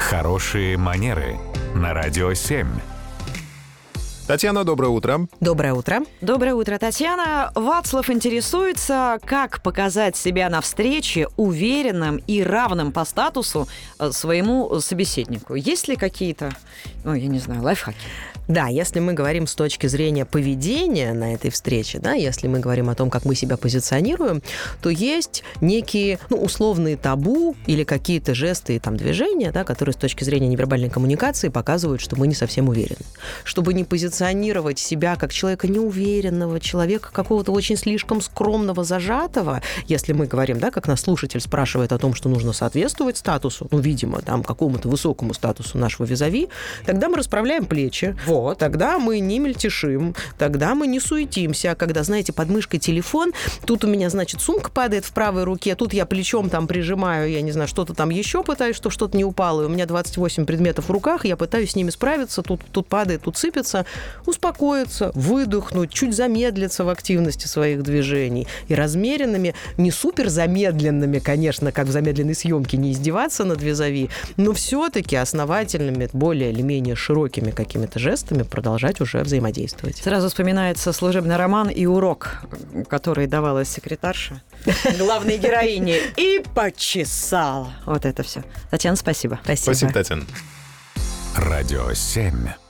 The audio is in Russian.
Хорошие манеры на Радио 7. Татьяна, доброе утро. Доброе утро. Доброе утро, Татьяна. Вацлав интересуется, как показать себя на встрече уверенным и равным по статусу своему собеседнику. Есть ли какие-то, лайфхаки? Да, если мы говорим с точки зрения поведения на этой встрече, да, если мы говорим о том, как мы себя позиционируем, то есть некие, условные табу или какие-то жесты и движения, да, которые с точки зрения невербальной коммуникации показывают, что мы не совсем уверены. Чтобы не позиционировать себя как человека неуверенного, человека какого-то очень слишком скромного, зажатого, если мы говорим, да, как нас слушатель спрашивает о том, что нужно соответствовать статусу, видимо, какому-то высокому статусу нашего визави, тогда мы расправляем плечи. Тогда мы не мельтешим, тогда мы не суетимся. Когда, знаете, под мышкой телефон, тут у меня, сумка падает в правой руке, тут я плечом прижимаю, что-то еще пытаюсь, чтобы что-то не упало, и у меня 28 предметов в руках, я пытаюсь с ними справиться, тут падает, тут сыпется, успокоиться, выдохнуть, чуть замедлиться в активности своих движений. И размеренными, не супер замедленными, конечно, как в замедленной съемке, не издеваться над визави, но все-таки основательными, более или менее широкими какими-то жестами продолжать уже взаимодействовать. Сразу вспоминается служебный роман и урок, который давалась секретарша главной героине, и почесала. Вот это все. Татьяна, спасибо. Спасибо, Татьяна. Радио 7.